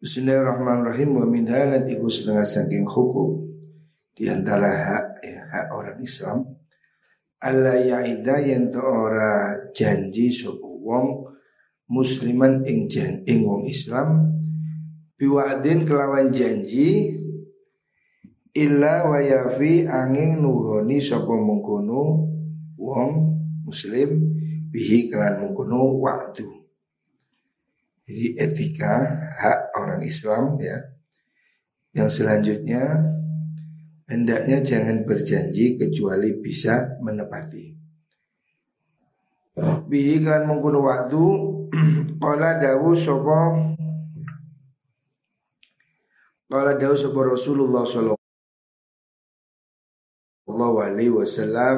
Bismillahirrahmanirrahim. Wa min halan iku setengah saking hukum di antara hak orang Islam alla ya'ida yen to ora janji sapa wong musliman ing wong Islam biwa'din kelawan janji illa wa yafi angin nuhoni sapa mengkono wong muslim bihi kelan mengkono waktu. Jadi etika hak orang Islam ya. Yang selanjutnya hendaknya jangan berjanji kecuali bisa menepati. Bihi kan mengkono waktu qala dawu sapa Rasulullah sallallahu alaihi wasallam.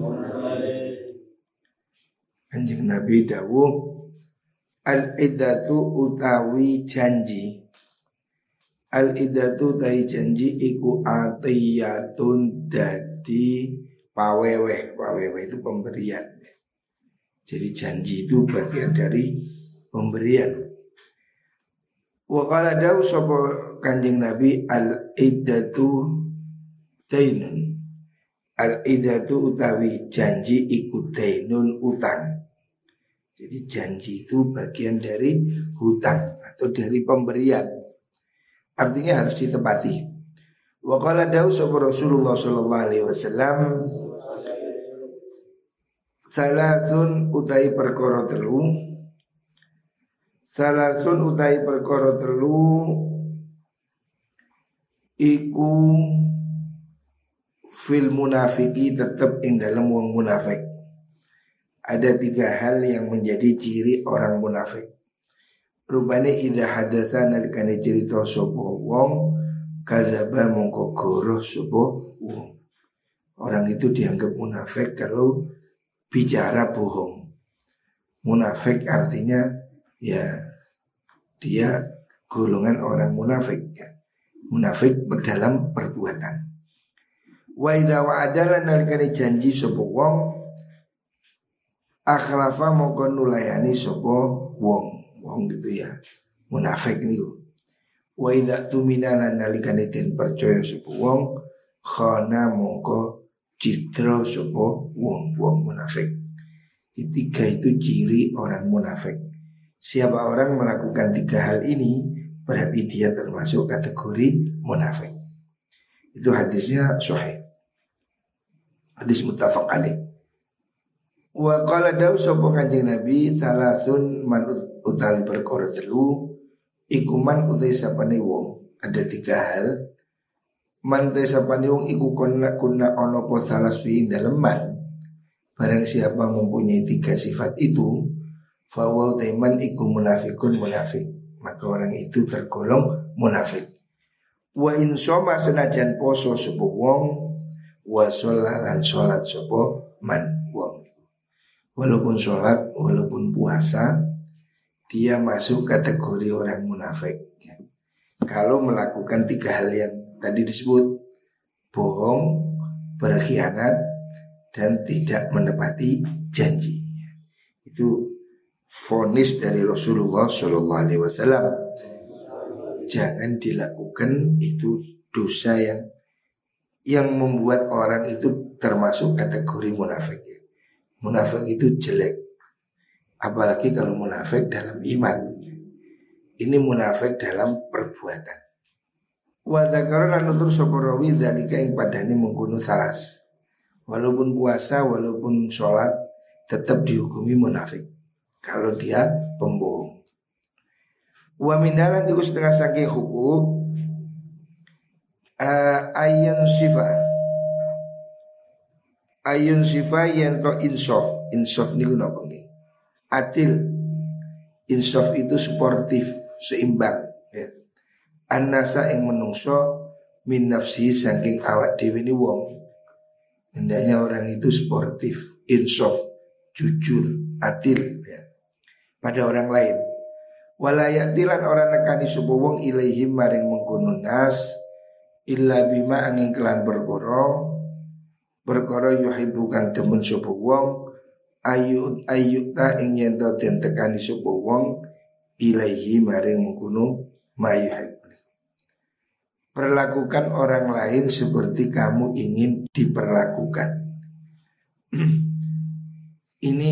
Kanjeng Nabi dawuh al-iddatu utawi janji. Al-iddatu utawi janji iku atiyatun dadi paweweh. Paweweh itu pemberian. Jadi janji itu bagian dari pemberian. Wa qala dawu sapa Kanjeng Nabi al-iddatu dainun. Al-iddatu utawi janji iku dainun utang. Jadi janji itu bagian dari hutang atau dari pemberian. Artinya harus ditepati. Wa qala dawu sapa Rasulullah sallallahu alaihi wasallam salasun utai perkara telu. Salasun utai perkara telu iku fil munafiki tetap ing dalam wong munafik. Ada 3 hal yang menjadi ciri orang munafik. Rupane idza hadatsa nalikane cerita sapa wong kadzaba mongko goroh sapa wong. Orang itu dianggap munafik kalau bicara bohong. Munafik artinya ya dia golongan orang munafik ya. Munafik dalam perbuatan. Wa idza wa'ada nalikane janji sapa wong akhlafa mongko nulayani sapa wong gitu ya. Munafik niku. Wa idza tumina nalikane den percaya sapa wong khana mongko citra sapa wong munafik. Tiga itu ciri orang munafik. Siapa orang melakukan 3 hal ini berarti dia termasuk kategori munafik. Itu hadisnya sahih. Hadis muttafaq alaih. Wa qala dawu sapa Kanjeng Nabi salasun man utawi perkara telu iku man utawi sapane wong. Ada 3 hal. Man utawi sapane wong iku kuna ana apa salas fi dalem man. Barang siapa mempunyai 3 sifat itu fa wa taiman iku munafikun munafik. Maka orang itu tergolong munafik. Wa in shoma senajan poso sapa wong wa sholalan salat sapa man wong. Walaupun sholat, walaupun puasa, dia masuk kategori orang munafik ya. Kalau melakukan 3 hal yang tadi disebut, bohong, berkhianat, dan tidak menepati janji. Itu vonis dari Rasulullah Shallallahu Alaihi Wasallam. Jangan dilakukan, itu dosa yang membuat orang itu termasuk kategori munafik. Munafik itu jelek. Apalagi kalau munafik dalam iman. Ini munafik dalam perbuatan. Wa dzakara lan nutur sapa rawi dzalika ing padane mengkono salas. Walaupun puasa, walaupun sholat, tetap dihukumi munafik kalau dia pembohong. Wa minalan iku setengah saking hukum ayyan sifah yang to insaf. Insaf niku napa nggih? Adil. Insaf itu sportif, seimbang ya. Annasa ing menungso min nafsi saking awak dhewe ni wong. Hendaknya orang itu sportif, insaf, jujur, adil ya. Pada orang lain. Wala ya'tilan orang nekani sapa wong ilaihim maring mengkono nas illa bima angin kelan perkara yuhibbu kang demen sapa wong ayut ta ing yen to den tekani sapa wong ilaihi maring mengkono ma yuhibbu. Perlakukan orang lain seperti kamu ingin diperlakukan. Ini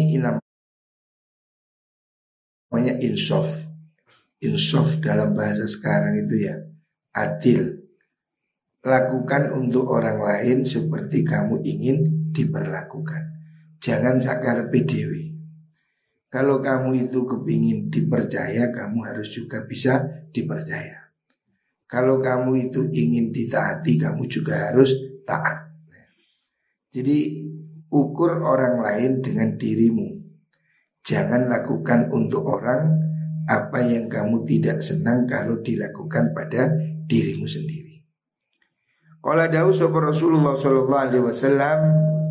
namanya insaf. Insaf dalam bahasa sekarang itu ya adil. Lakukan untuk orang lain seperti kamu ingin diperlakukan. Jangan sakarepe dhewe. Kalau kamu itu kepingin dipercaya, kamu harus juga bisa dipercaya. Kalau kamu itu ingin ditaati, kamu juga harus taat. Jadi ukur orang lain dengan dirimu. Jangan lakukan untuk orang apa yang kamu tidak senang kalau dilakukan pada dirimu sendiri. Qala dawu sapa Rasulullah sallallahu alaihi wasallam,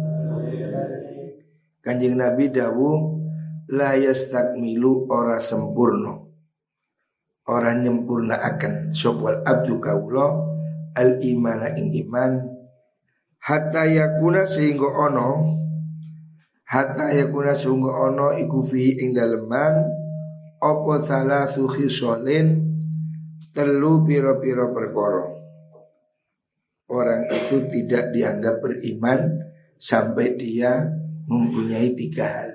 Kanjeng Nabi dawu, la yastakmilu ora sempurna, ora nyempurna akan sopwal abdu kawula al imana ing iman hatta yakuna sehingga ono iku fi ing daleman apa thalathu khisalin telu pira-pira perkara. Orang itu tidak dianggap beriman sampai dia mempunyai 3 hal.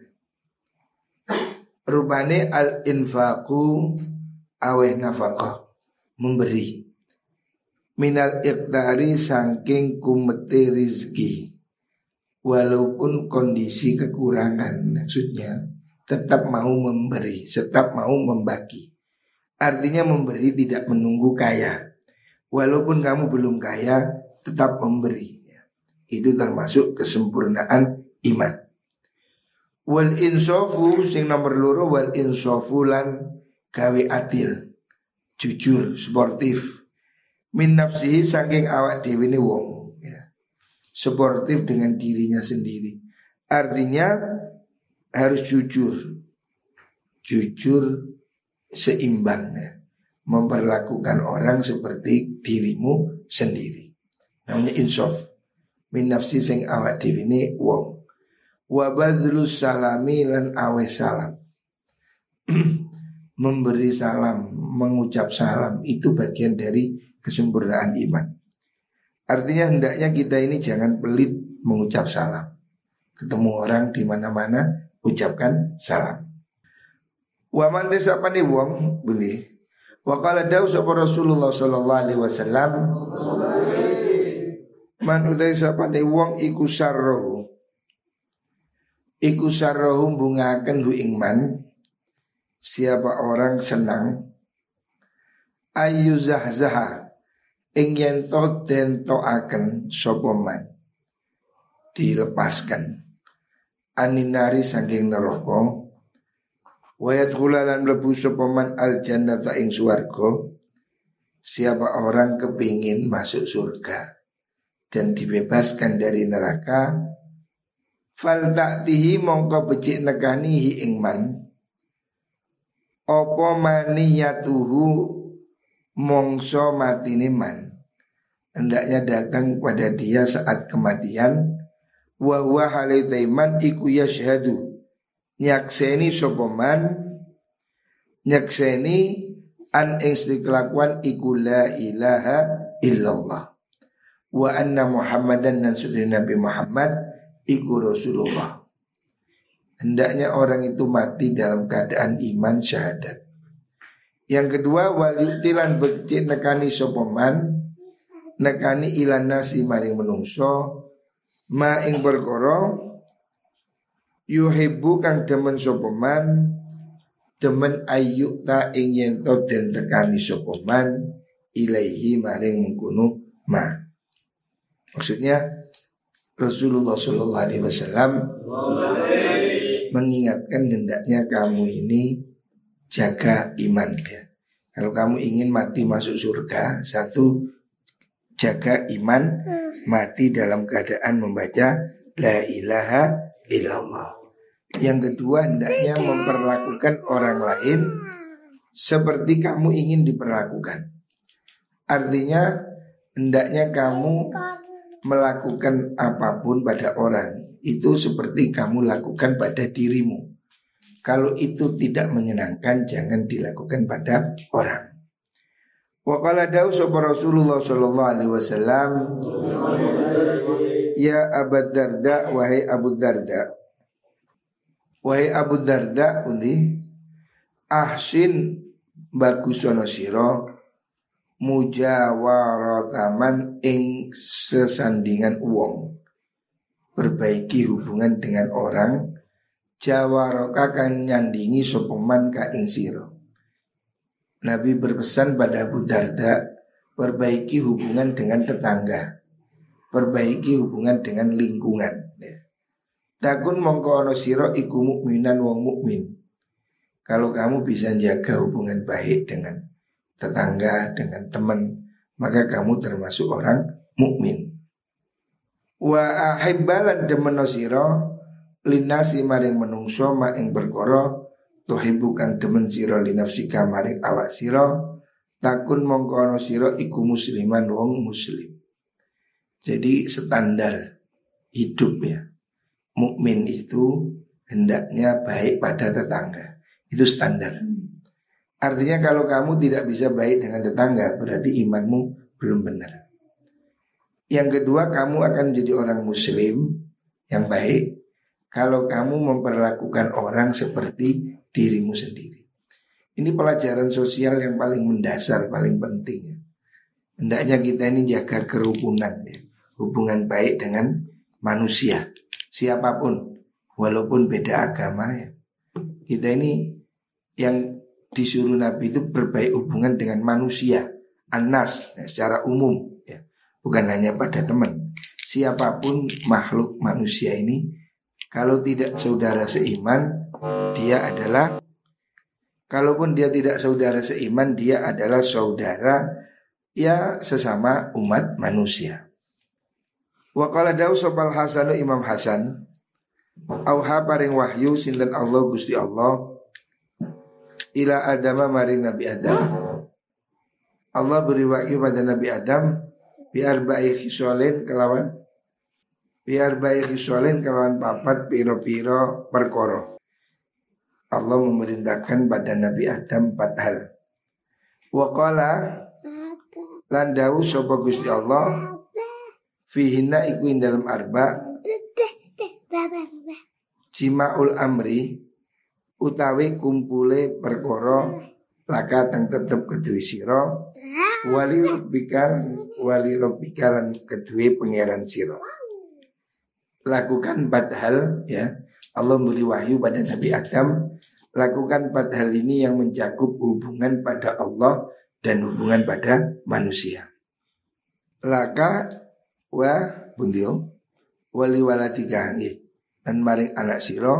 Rupane al-infaqu aweh nafkah, memberi. Minal iqtari saking kumete rizki. Walaupun kondisi kekurangan, maksudnya tetap mau memberi, tetap mau membagi. Artinya memberi tidak menunggu kaya. Walaupun kamu belum kaya, tetap memberi. Itu termasuk kesempurnaan iman. Wal insofu sing nomor loro wal insofu lan gawe adil, jujur, sportif. Min nafsihi saking awak dhewe ne wong ya. Sportif dengan dirinya sendiri. Artinya harus jujur. Jujur seimbang ya. Memperlakukan orang seperti dirimu sendiri. Namanya insaf. Min nafsi sing awak dhewe ne wong. Wa badlus salami lan aweh salam. Memberi salam, mengucap salam itu bagian dari kesempurnaan iman. Artinya hendaknya kita ini jangan pelit mengucap salam. Ketemu orang di mana-mana ucapkan salam. Wa man tasapani wong beli. Wa qala dawu sapa Rasulullah sallallahu alaihi wasallam, man utai sapane wong iku sarrohu. Iku sarrohu bungaken hu ingman. Siapa orang senang ayu zahzaha ing yen to den toaken sapa man, dilepaskan aninari saking neraka. Wayat khulalan mlebu sapa man al jannata ing swarga. Siapa orang kepingin masuk surga dan dibebaskan dari neraka, fal ta'tihi mongko becik nekanihi ing man apa maniyatuhu mongso matine man. Hendaknya datang pada dia saat kematian. Wa huwa halitaiman iku yashhadu, nyakseni sopoman, nyakseni an ing kelakuan iku la ilaha illallah wa anna muhammadan dan sunnah Nabi Muhammad iku Rasulullah. Hendaknya orang itu mati dalam keadaan iman syahadat. Yang kedua waliyutilan becik nekani sopoman, nekani ilan nasi maring menungso ma ing perkara yuhibbu kang demen sopoman, demen ayyukta ing yento den tekani sopoman ilaihi maring mengkono ma. Maksudnya Rasulullah sallallahu alaihi wasallam mengingatkan hendaknya kamu ini jaga iman ya. Kalau kamu ingin mati masuk surga, satu, jaga iman, mati dalam keadaan membaca la ilaha illallah. Yang kedua, hendaknya memperlakukan orang lain seperti kamu ingin diperlakukan. Artinya hendaknya kamu melakukan apapun pada orang itu seperti kamu lakukan pada dirimu. Kalau itu tidak menyenangkan, jangan dilakukan pada orang. Wa qala dawu sapa Rasulullah sallallahu alaihi wasallam, ya Abu Darda, wahai Abu Darda, wahai Abu Darda undi ahsin bagusono sira mujawarataman ing sesandingan wong, perbaiki hubungan dengan orang, jawaroka kan nyandingi sopeman ka ing sira. Nabi berpesan pada Abu Darda, perbaiki hubungan dengan tetangga, perbaiki hubungan dengan lingkungan. Takun mongko ana sira iku mukminan wong mukmin. Kalau kamu bisa jaga hubungan baik dengan tetangga, dengan teman, maka kamu termasuk orang mukmin. Wa ahibbalan demen sira linasi maring menungso ma ing perkara tuhibbu kang demen sira linafsika maring awak sira, takun mongko ana sira iku musliman wong muslim. Jadi standar hidup ya, mukmin itu hendaknya baik pada tetangga. Itu standar. Artinya kalau kamu tidak bisa baik dengan tetangga, berarti imanmu belum benar. Yang kedua, kamu akan menjadi orang muslim yang baik kalau kamu memperlakukan orang seperti dirimu sendiri. Ini pelajaran sosial yang paling mendasar, paling penting ya. Hendaknya kita ini jaga kerukunan ya, hubungan baik dengan manusia, siapapun, walaupun beda agama ya. Kita ini yang disuruh Nabi itu berbaik hubungan dengan manusia, annas ya, secara umum ya, bukan hanya pada teman. Siapapun makhluk manusia ini, kalau tidak saudara seiman, dia adalah, kalaupun dia tidak saudara seiman, dia adalah saudara ya sesama umat manusia. Wa qala dawu sopal Hasanu Imam Hasan, auha paring wahyu sinten Allah Gusti Allah ila Adama maring Nabi Adam. Allah beri wahyu pada Nabi Adam biar baik khisolin kelawan papat piro-piro perkoro. Allah memerintahkan pada Nabi Adam 4 hal. Wa qala lan dawu sapa Gusti Allah fihinna iku ing dalam arba jima'ul amri utawi kumpule perkara laka tang tetep kedue sira wali rabbika kedue pangeran sira. Lakukan 4 hal ya. Allah memberi wahyu pada Nabi Adam, lakukan 4 hal ini yang mencakup hubungan pada Allah dan hubungan pada manusia. Laka wa bundio wali walatika nggih dan maring anak sira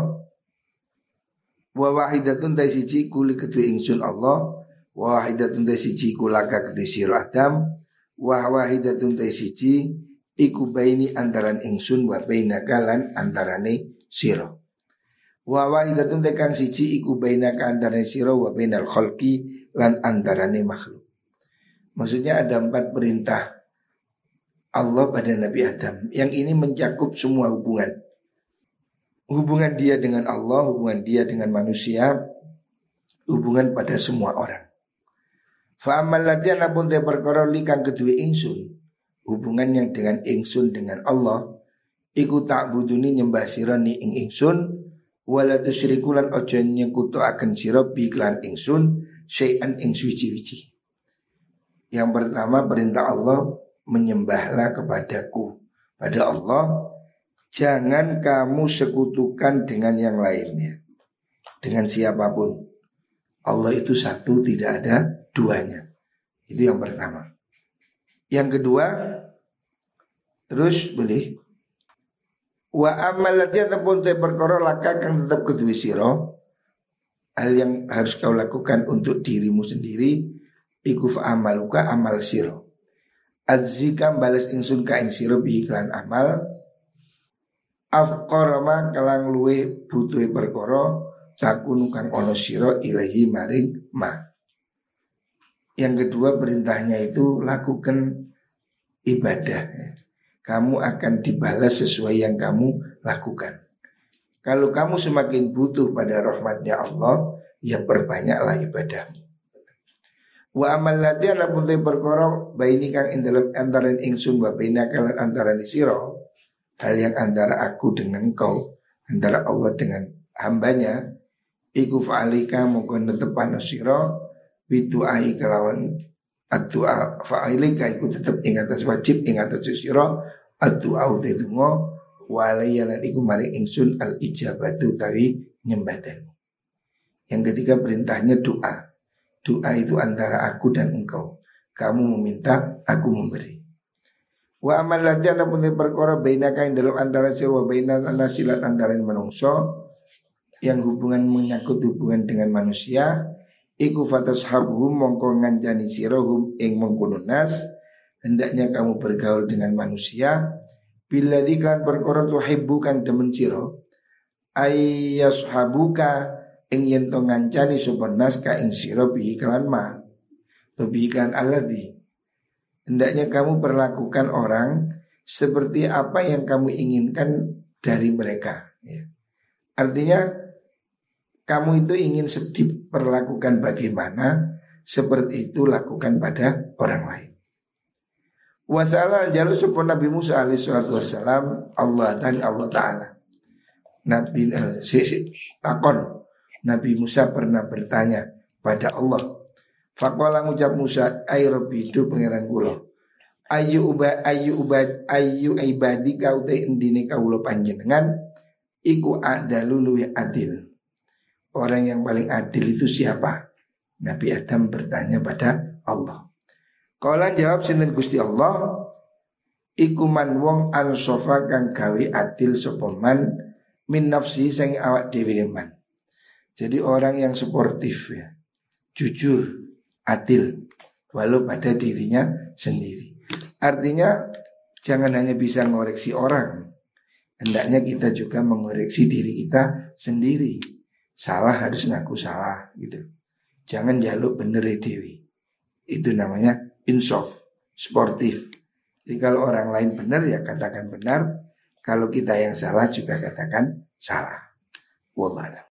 wa wahidatun ta siji kuli kedue ingsun Allah, wa wahidatun ta siji kulaka kedue sira Adam, wa wahidatun ta siji iku baini antaran ingsun wa bainaka lan antarane sira. Wa wahidatun ta kang siji iku bainaka antarane sira wa bainal khalqi lan antarane makhluk. Maksudnya ada 4 perintah Allah pada Nabi Adam. Yang ini mencakup semua hubungan. Hubungan dia dengan Allah, hubungan dia dengan manusia, hubungan pada semua orang. Fa amal latihan apun te perkara likang kedue ingsun, hubungan yang dengan ingsun dengan Allah, iku ta'buduni nyembah sira ni ing ingsun, wala tusyriku lan aja nyekutuaken sira bi lan ingsun syai'an ing suci-wici. Yang pertama perintah Allah, menyembahlah kepadaku, pada Allah. Jangan kamu sekutukan dengan yang lainnya, dengan siapapun. Allah itu satu, tidak ada duanya. Itu yang pertama. Yang kedua, terus boleh. Wa amal latihan ataupun te perkara laka kang tetap kedua siro, hal yang harus kau lakukan untuk dirimu sendiri, iku fa amaluka amal siro. Adzika balas ingsun ka ing sira bi iklan amal afqarama kalang luwe butuhe perkara takun kang ana sira ilahi maring ma. Yang kedua perintahnya itu lakukan ibadah. Kamu akan dibalas sesuai yang kamu lakukan. Kalau kamu semakin butuh pada rahmatnya Allah, ya perbanyaklah ibadahmu. Wa amal latihan lapun te perkara baini kang ing dalem antaraning ingsun wa baina kalan antaraning sira. Hal yang antara aku dengan kau, antara Allah dengan hambanya, iku fa'alika mongko netepan sira bidu'ai kelawan ad-du'a fa'alika iku tetep ing atas wajib ing atas sira ad-du'a uta donga walayalan iku maring ingsun al-ijabatu tawi nyembatan. Yang ketiga perintahnya doa. Doa itu antara aku dan engkau. Kamu meminta, aku memberi. Wa amal latihan apun perkara bainaka ing dalam antara sira wa baina nasilat antara manungsa yang hubungan menyangkut hubungan dengan manusia iku fatashabuhum mongko ngancani sira hum ing mengkono nas hendaknya kamu bergaul dengan manusia billadzi kan perkara tuhibbu kang demen sira ayyashabuka ing yen to ngancani sapa nas ka ing sira bihi kelan ma to bihi kan alladzi hendaknya kamu perlakukan orang seperti apa yang kamu inginkan dari mereka ya. Artinya kamu itu ingin diperlakukan bagaimana, seperti itu lakukan pada orang lain. Wasalah jalur supaya Nabi Musa alaihissalam Allah dan Allah Ta'ala. Nabi takon Nabi Musa pernah bertanya pada Allah. Faqala ngucap Musa ay rabbi itu pangeran kula. Ayu ibadika utai endine kawula panjenengan iku adalu luwih adil. Orang yang paling adil itu siapa? Nabi Adam bertanya pada Allah. Qala jawab sinten Gusti Allah, iku man wong ansofa kang gawe adil sapa man min nafsi sing awak dhewe man. Jadi orang yang sportif ya, jujur, adil walau pada dirinya sendiri. Artinya jangan hanya bisa mengoreksi orang, hendaknya kita juga mengoreksi diri kita sendiri. Salah harus ngaku salah gitu. Jangan jaluk bener dewi. Itu namanya insaf, sportif. Jadi kalau orang lain benar ya katakan benar, kalau kita yang salah juga katakan salah. Wallah.